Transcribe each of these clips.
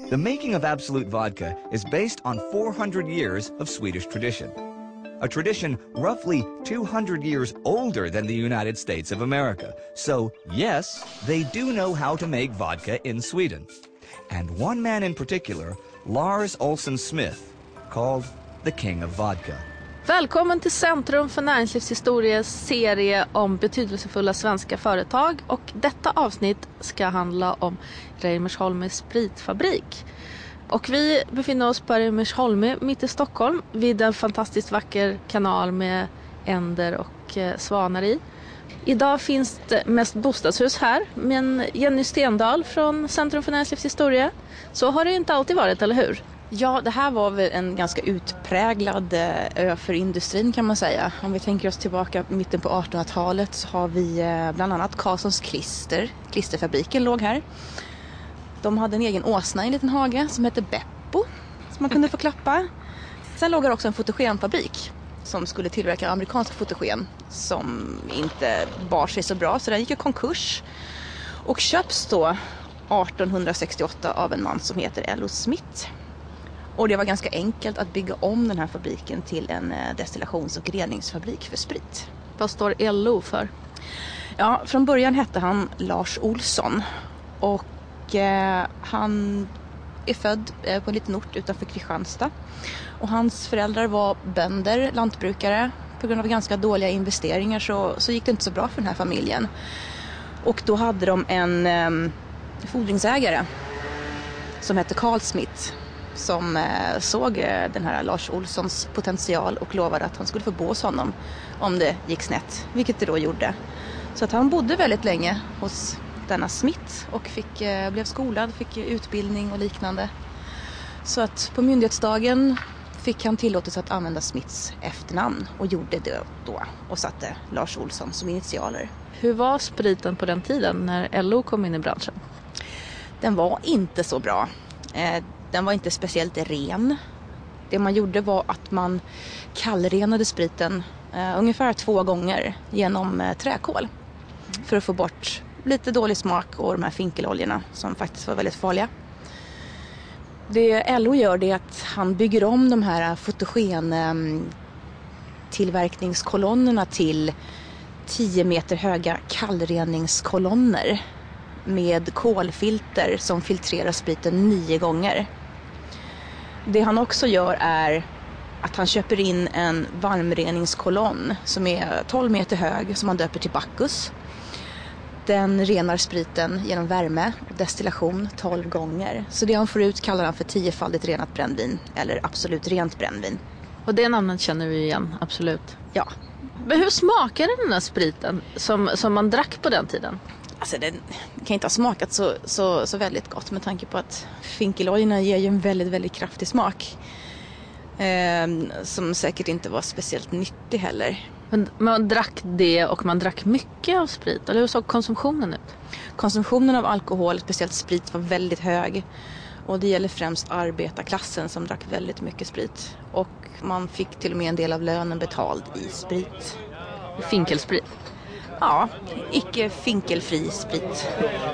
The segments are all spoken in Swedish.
The making of Absolut vodka is based on 400 years of Swedish tradition. A tradition roughly 200 years older than the United States of America. So, yes, they do know how to make vodka in Sweden. And one man in particular, Lars Olsson Smith, called the King of Vodka. Välkommen till Centrum för näringslivshistories serie om betydelsefulla svenska företag, och detta avsnitt ska handla om Reimersholme spritfabrik. Och vi befinner oss på Reimersholme mitt i Stockholm vid en fantastiskt vacker kanal med änder och svanar i. Idag finns det mest bostadshus här, men Jenny Stendahl från Centrum för näringslivshistoria, så har det inte alltid varit, eller hur? Ja, det här var väl en ganska utpräglad ö för industrin, kan man säga. Om vi tänker oss tillbaka mitten på 1800-talet så har vi bland annat Karlssons klisterfabriken låg här. De hade en egen åsna i en liten hage som hette Beppo, som man kunde få klappa. Sen låg här också en fotogenfabrik som skulle tillverka amerikansk fotogen som inte bar sig så bra, så den gick i konkurs och köps då 1868 av en man som heter L.O. Smith. Och det var ganska enkelt att bygga om den här fabriken till en destillations- och reningsfabrik för sprit. Vad står LO för? Ja, från början hette han Lars Olsson, och han är född på en liten ort utanför Kristianstad. Och hans föräldrar var bönder, lantbrukare. På grund av ganska dåliga investeringar så gick det inte så bra för den här familjen. Och då hade de en fordringsägare som hette Carl Smith, som såg den här Lars Olssons potential och lovade att han skulle få bo hos honom om det gick snett, vilket det då gjorde. Så att han bodde väldigt länge hos denna Smith och blev skolad, fick utbildning och liknande. Så att på myndighetsdagen fick han tillåtelse att använda Smiths efternamn och gjorde det då och satte Lars Olsson som initialer. Hur var spriten på den tiden när LO kom in i branschen? Den var inte så bra. Den var inte speciellt ren. Det man gjorde var att man kallrenade spriten ungefär 2 gånger genom träkol för att få bort lite dålig smak och de här finkeloljorna som faktiskt var väldigt farliga. Det LO gör det är att han bygger om de här fotogen tillverkningskolonnerna till 10 meter höga kallreningskolonner med kolfilter som filtrerar spriten 9 gånger. Det han också gör är att han köper in en varmreningskolonn som är 12 meter hög, som han döper till Bacchus. Den renar spriten genom värme och destillation 12 gånger. Så det han får ut kallar han för 10-faldigt renat brännvin eller absolut rent brännvin. Och det namnet känner vi igen, absolut. Ja. Men hur smakade den här spriten som man drack på den tiden? Alltså den kan inte ha smakat så väldigt gott, med tanke på att finkeloljorna ger ju en väldigt, väldigt kraftig smak. Som säkert inte var speciellt nyttig heller. Men man drack det, och man drack mycket av sprit, eller hur såg konsumtionen ut? Konsumtionen av alkohol, speciellt sprit, var väldigt hög. Och det gäller främst arbetarklassen som drack väldigt mycket sprit. Och man fick till och med en del av lönen betald i sprit. Finkelsprit? Ja, icke finkelfri sprit.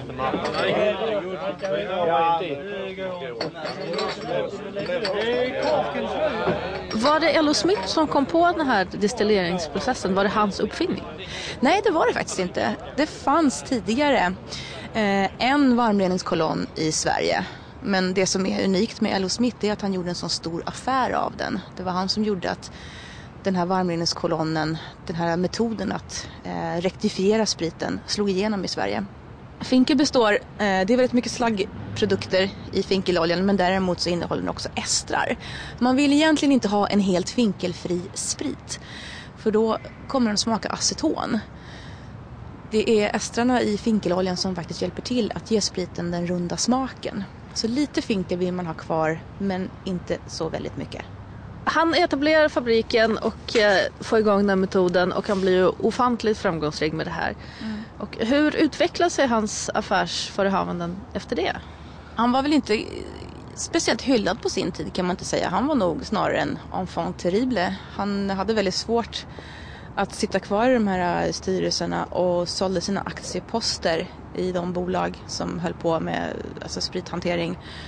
Var det L.O. Smith som kom på den här destilleringsprocessen? Var det hans uppfinning? Nej, det var det faktiskt inte. Det fanns tidigare en varmreningskolonn i Sverige. Men det som är unikt med L.O. Smith är att han gjorde en sån stor affär av den. Det var han som gjorde att den här varmreningskolonnen, den här metoden att rektifiera spriten, slog igenom i Sverige. Finkel består, det är väldigt mycket slaggprodukter i finkeloljan, men däremot så innehåller den också estrar. Man vill egentligen inte ha en helt finkelfri sprit, för då kommer den smaka aceton. Det är estrarna i finkeloljan som faktiskt hjälper till att ge spriten den runda smaken. Så lite finkel vill man ha kvar, men inte så väldigt mycket. Han etablerar fabriken och får igång den metoden, och han blir ju ofantligt framgångsrik med det här. Och hur utvecklar sig hans affärsförehavanden efter det? Han var väl inte speciellt hyllad på sin tid, kan man inte säga. Han var nog snarare en enfant terrible. Han hade väldigt svårt att sitta kvar i de här styrelserna och sålde sina aktieposter i de bolag som höll på med sprithantering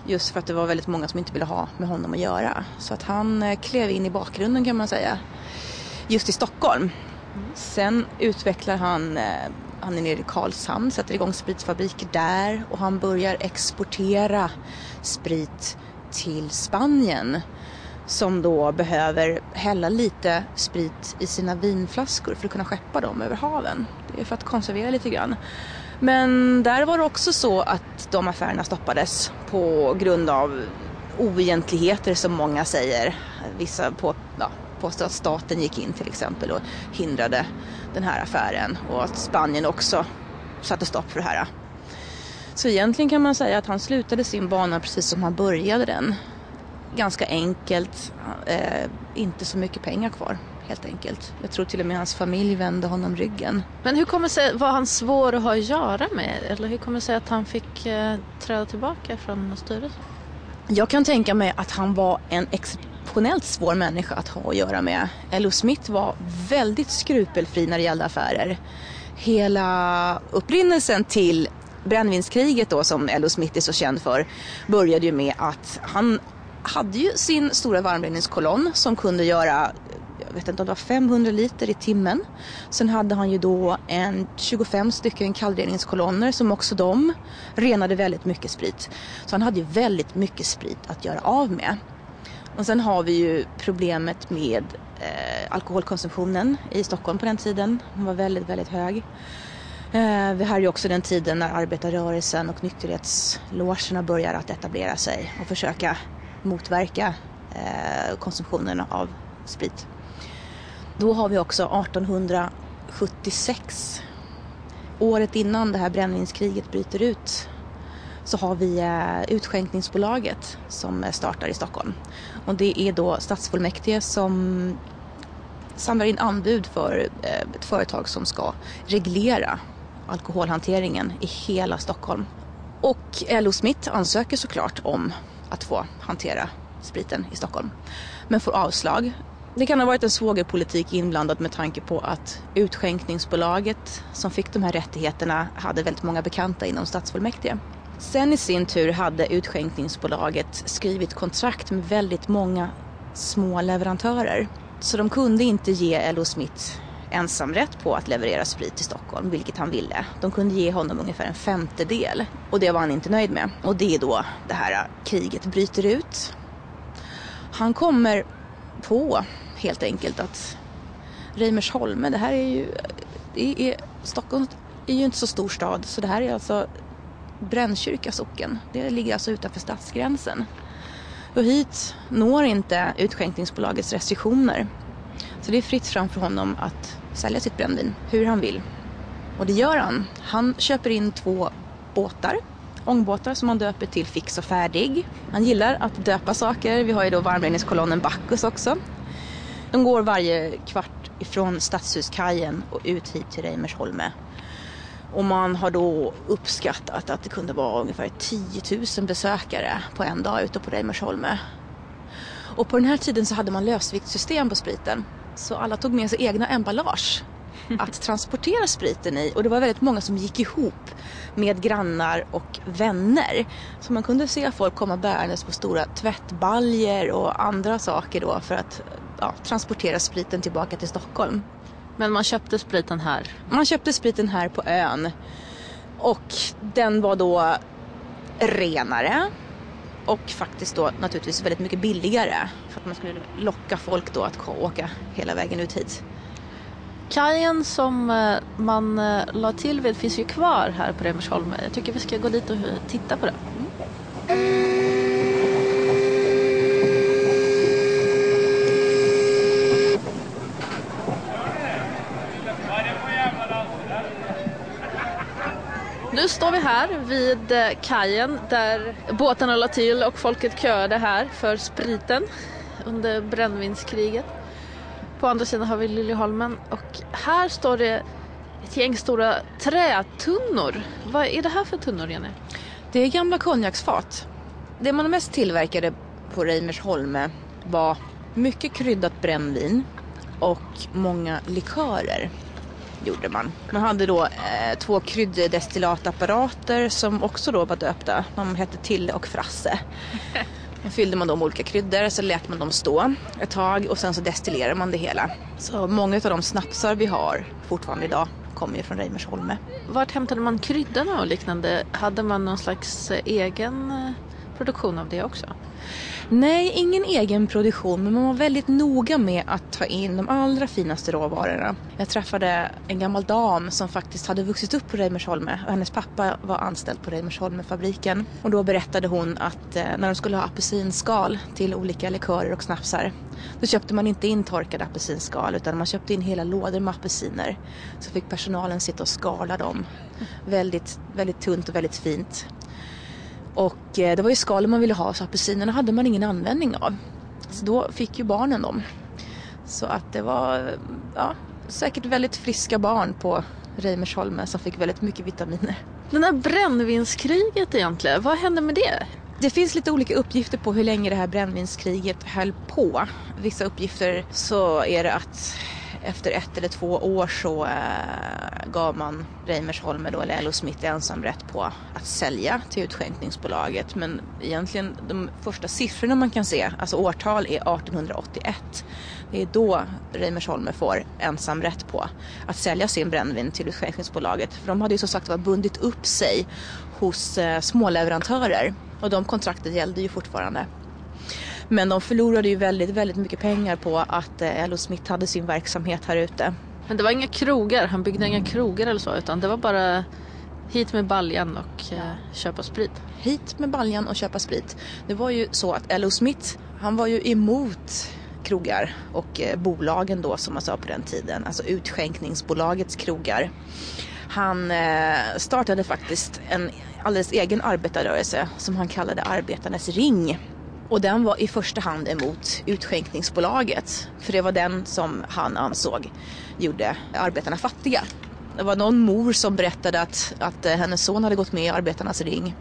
Just för att det var väldigt många som inte ville ha med honom att göra. Så att han klev in i bakgrunden kan man säga. Just i Stockholm. Sen utvecklar han är nere i Karlshamn, sätter igång spritfabriker där. Och han börjar exportera sprit till Spanien. Som då behöver hälla lite sprit i sina vinflaskor för att kunna skeppa dem över haven. Det är för att konservera lite grann. Men där var det också så att de affärerna stoppades på grund av oegentligheter som många säger. Vissa påstår att staten gick in till exempel och hindrade den här affären. Och att Spanien också satte stopp för det här. Så egentligen kan man säga att han slutade sin bana precis som han började den. Ganska enkelt, inte så mycket pengar kvar helt enkelt. Jag tror till och med hans familj vände honom ryggen. Men hur kommer det sig, var han svår att ha att göra med? Eller hur kommer det sig att han fick träda tillbaka från styrelsen? Jag kan tänka mig att han var en exceptionellt svår människa att ha att göra med. L.O. Smith var väldigt skrupelfri när det gällde affärer. Hela upprinnelsen till brännvinskriget då, som L.O. Smith är så känd för, började ju med att han hade ju sin stora varmbrännvinskolonn som kunde göra, jag vet inte om det var 500 liter i timmen. Sen hade han ju då 25 stycken kallreningskolonner som också de renade väldigt mycket sprit. Så han hade ju väldigt mycket sprit att göra av med. Och sen har vi ju problemet med alkoholkonsumtionen i Stockholm på den tiden. Den var väldigt, väldigt hög. Vi har ju också den tiden när arbetarrörelsen och nykterhetslogerna börjar att etablera sig och försöka motverka konsumtionen av sprit. Då har vi också 1876, året innan det här brännvinskriget bryter ut, så har vi utskänkningsbolaget som startar i Stockholm. Och det är då stadsfullmäktige som samlar in anbud för ett företag som ska reglera alkoholhanteringen i hela Stockholm. Och L.O. Smith ansöker såklart om att få hantera spriten i Stockholm, men får avslag. Det kan ha varit en svågerpolitik inblandad med tanke på att utskänkningsbolaget som fick de här rättigheterna hade väldigt många bekanta inom stadsfullmäktige. Sen i sin tur hade utskänkningsbolaget skrivit kontrakt med väldigt många små leverantörer. Så de kunde inte ge L.O. Smith ensamrätt på att leverera sprit till Stockholm, vilket han ville. De kunde ge honom ungefär 1/5, och det var han inte nöjd med. Och det är då det här kriget bryter ut. Han kommer på helt enkelt att Reimersholme, det här är ju, Stockholm är ju inte så stor stad, så det här är alltså Brännkyrka socken. Det ligger alltså utanför stadsgränsen. Och hit når inte utskänkningsbolagets restriktioner. Så det är fritt fram för honom att sälja sitt brännvin hur han vill. Och det gör han. Han köper in 2 båtar, ångbåtar som han döper till Fix och Färdig. Han gillar att döpa saker. Vi har ju då varmbrännvinskolonnen Bacchus också. De går varje kvart ifrån Stadshuskajen och ut hit till Reimersholme. Och man har då uppskattat att det kunde vara ungefär 10 000 besökare på en dag ute på Reimersholme. Och på den här tiden så hade man lösviktssystem på spriten. Så alla tog med sig egna emballage att transportera spriten i. Och det var väldigt många som gick ihop med grannar och vänner. Så man kunde se folk komma bärandes på stora tvättbaljer och andra saker då för att transportera spriten tillbaka till Stockholm. Men man köpte spriten här? Man köpte spriten här på ön. Och den var då renare. Och faktiskt då naturligtvis väldigt mycket billigare. För att man skulle locka folk då att åka hela vägen ut hit. Kajen som man la till vid finns ju kvar här på Reimersholme. Jag tycker vi ska gå dit och titta på det. Nu står vi här vid kajen där båtarna la till och folket köade här för spriten under brännvinskriget. På andra sidan har vi Liljeholmen och här står det ett gäng stora trätunnor. Vad är det här för tunnor, Jenny? Det är gamla konjaksfat. Det man mest tillverkade på Reimersholme var mycket kryddat brännvin och många likörer. gjorde man. Man hade då 2 krydddestillatapparater som också då var döpta. De hette Tille och Frasse. Då fyllde man dem olika kryddor, så lät man dem stå ett tag och sen så destillerade man det hela. Så många av de snapsar vi har fortfarande idag kommer ju från Reimersholme. Vart hämtade man kryddorna och liknande? Hade man någon slags egen produktion av det också? Nej, ingen egen produktion, men man var väldigt noga med att ta in de allra finaste råvarorna. Jag träffade en gammal dam som faktiskt hade vuxit upp på Reimersholme och hennes pappa var anställd på Reimersholmefabriken. Och då berättade hon att när de skulle ha apelsinskal till olika likörer och snapsar, då köpte man inte in torkade apelsinskal utan man köpte in hela lådor med apelsiner. Så fick personalen sitta och skala dem väldigt, väldigt tunt och väldigt fint. Och det var ju skalen man ville ha, så apelsinerna hade man ingen användning av. Så då fick ju barnen dem. Så att det var säkert väldigt friska barn på Reimersholme som fick väldigt mycket vitaminer. Den här brännvinskriget egentligen, vad hände med det? Det finns lite olika uppgifter på hur länge det här brännvinskriget höll på. Vissa uppgifter så är det att efter 1 eller 2 år så gav man Reimersholme då, eller L.O. Smith ensamrätt på att sälja till utskänkningsbolaget. Men egentligen de första siffrorna man kan se, alltså årtal, är 1881. Det är då Reimersholme får ensamrätt på att sälja sin brännvin till utskänkningsbolaget. För de hade ju så sagt bundit upp sig hos småleverantörer och de kontrakten gällde ju fortfarande. Men de förlorade ju väldigt, väldigt mycket pengar på att L.O. Smith hade sin verksamhet här ute. Men det var inga krogar, han byggde inga krogar eller så, utan det var bara hit med baljan och köpa sprit. Hit med baljan och köpa sprit. Det var ju så att L.O. Smith, han var ju emot krogar och bolagen då som man sa på den tiden, alltså utskänkningsbolagets krogar. Han startade faktiskt en alldeles egen arbetarrörelse som han kallade Arbetarnas ring. Och den var i första hand emot utskänkningsbolaget. För det var den som han ansåg gjorde arbetarna fattiga. Det var någon mor som berättade att hennes son hade gått med i Arbetarnas ring.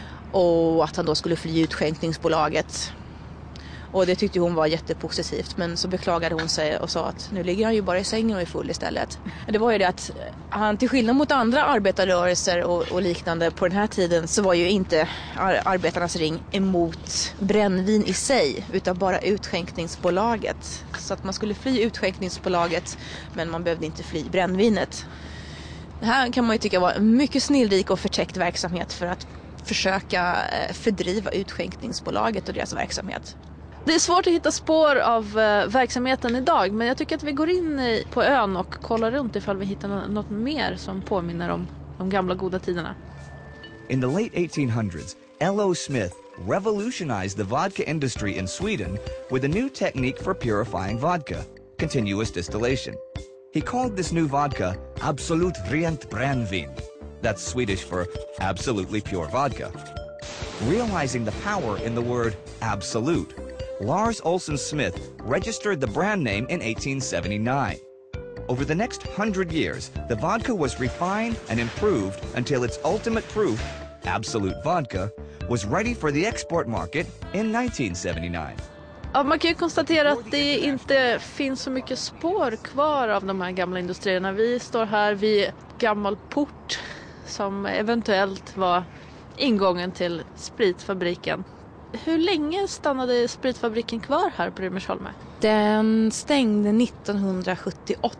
Och att han då skulle fly utskänkningsbolaget. Och det tyckte hon var jättepositivt. Men så beklagade hon sig och sa att nu ligger han ju bara i sängen och är full istället. Det var ju det att han, till skillnad mot andra arbetarrörelser och liknande på den här tiden, så var ju inte Arbetarnas ring emot brännvin i sig utan bara utskänkningsbolaget. Så att man skulle fly utskänkningsbolaget men man behövde inte fly brännvinet. Det här kan man ju tycka var en mycket snillrik och förtäckt verksamhet för att försöka fördriva utskänkningsbolaget och deras verksamhet. Det är svårt att hitta spår av verksamheten idag, men jag tycker att vi går in på ön och kollar runt ifall vi hittar något mer som påminner om de gamla goda tiderna. In the late 1800s, L.O. Smith revolutionized the vodka industry in Sweden with a new technique for purifying vodka, continuous distillation. He called this new vodka Absolut Rent Brännvin. That's Swedish for absolutely pure vodka. Realizing the power in the word absolute, Lars Olsen Smith registered the brand name in 1879. Over the next 100 years, the vodka was refined and improved until its ultimate proof, Absolute Vodka, was ready for the export market in 1979. Ja, man kan ju konstatera att det inte finns så mycket spår kvar av de här gamla industrierna. Vi står här vid gammal port som eventuellt var ingången till spritfabriken. Hur länge stannade spritfabriken kvar här på Reimersholme? Den stängde 1978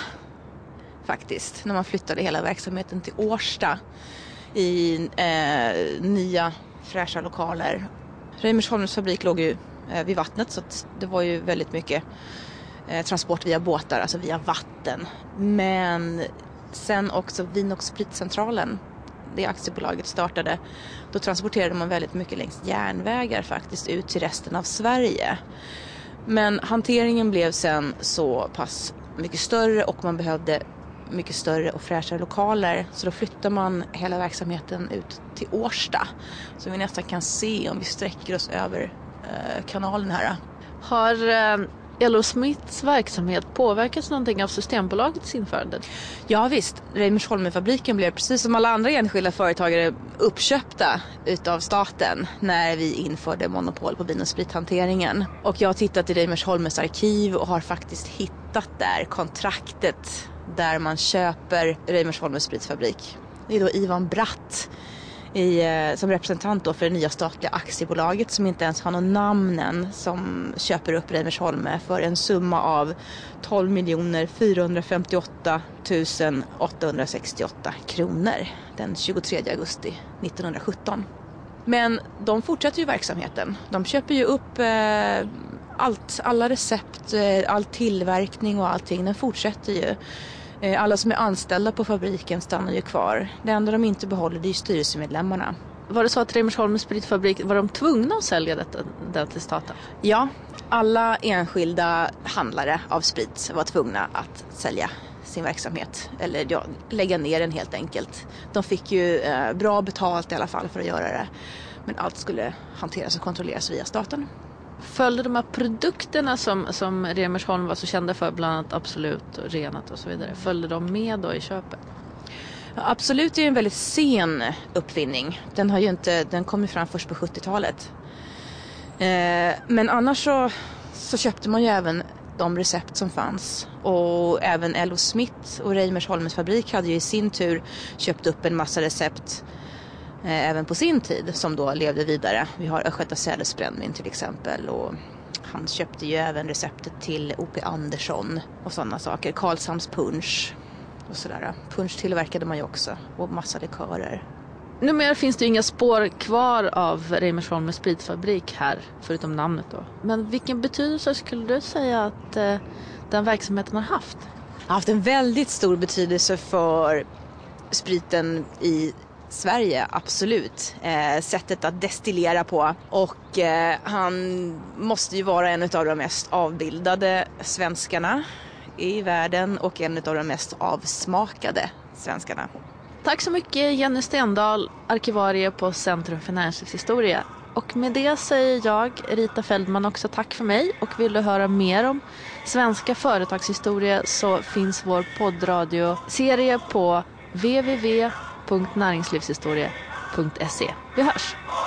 faktiskt, när man flyttade hela verksamheten till Årsta i nya fräscha lokaler. Reimersholms fabrik låg ju vid vattnet, så att det var ju väldigt mycket transport via båtar, alltså via vatten. Men sen också Vin- och spritcentralen, det aktiebolaget startade, då transporterade man väldigt mycket längs järnvägar faktiskt ut till resten av Sverige. Men hanteringen blev sen så pass mycket större och man behövde mycket större och fräschare lokaler, så då flyttar man hela verksamheten ut till Årsta, så vi nästan kan se om vi sträcker oss över kanalen här. Har L.O. Smiths verksamhet påverkats någonting av Systembolagets införande? Ja visst, Reimersholmefabriken blev precis som alla andra enskilda företagare uppköpta utav staten när vi införde monopol på vin- och sprithanteringen. Och jag har tittat i Reimersholmes arkiv och har faktiskt hittat där kontraktet där man köper Reimersholmens spritfabrik. Det är då Ivan Bratt som representant då för det nya statliga aktiebolaget som inte ens har någon namn än, som köper upp Reimersholme för en summa av 12 458 868 kronor den 23 augusti 1917. Men de fortsätter ju verksamheten. De köper ju upp alla recept, all tillverkning och allting. Den fortsätter ju. Alla som är anställda på fabriken stannar ju kvar. Det enda de inte behåller, det är ju styrelsemedlemmarna. Var det så att Reimersholmens spritfabrik, var de tvungna att sälja detta till staten? Ja, alla enskilda handlare av sprit var tvungna att sälja sin verksamhet. Eller lägga ner den helt enkelt. De fick ju bra betalt i alla fall för att göra det. Men allt skulle hanteras och kontrolleras via staten. Följde de här produkterna som Reimersholm var så kända för, bland annat Absolut och Renat och så vidare, följde de med då i köpet? Ja, Absolut är ju en väldigt sen uppfinning. Den kom ju fram först på 70-talet. Men annars så köpte man ju även de recept som fanns. Och även L.O. Smith och Reimersholmens fabrik hade ju i sin tur köpt upp en massa recept även på sin tid, som då levde vidare. Vi har Östgöta sädesbrännvin till exempel, och han köpte ju även receptet till O.P. Andersson och sådana saker. Karlshamns punsch och sådär. Punsch tillverkade man ju också, och massa likörer. Numera finns det ju inga spår kvar av Reimersholmens spritfabrik här, förutom namnet då. Men vilken betydelse skulle du säga att den verksamheten har haft? Har haft en väldigt stor betydelse för spriten i Sverige, absolut. Sättet att destillera på. Och han måste ju vara en av de mest avbildade svenskarna i världen och en av de mest avsmakade svenskarna. Tack så mycket Jenny Stendahl, arkivarie på Centrum för näringslivshistoria. Och med det säger jag, Rita Feldman, också tack för mig. Och vill du höra mer om svenska företagshistoria så finns vår poddradioserie på www.näringslivshistoria.se. Vi hörs!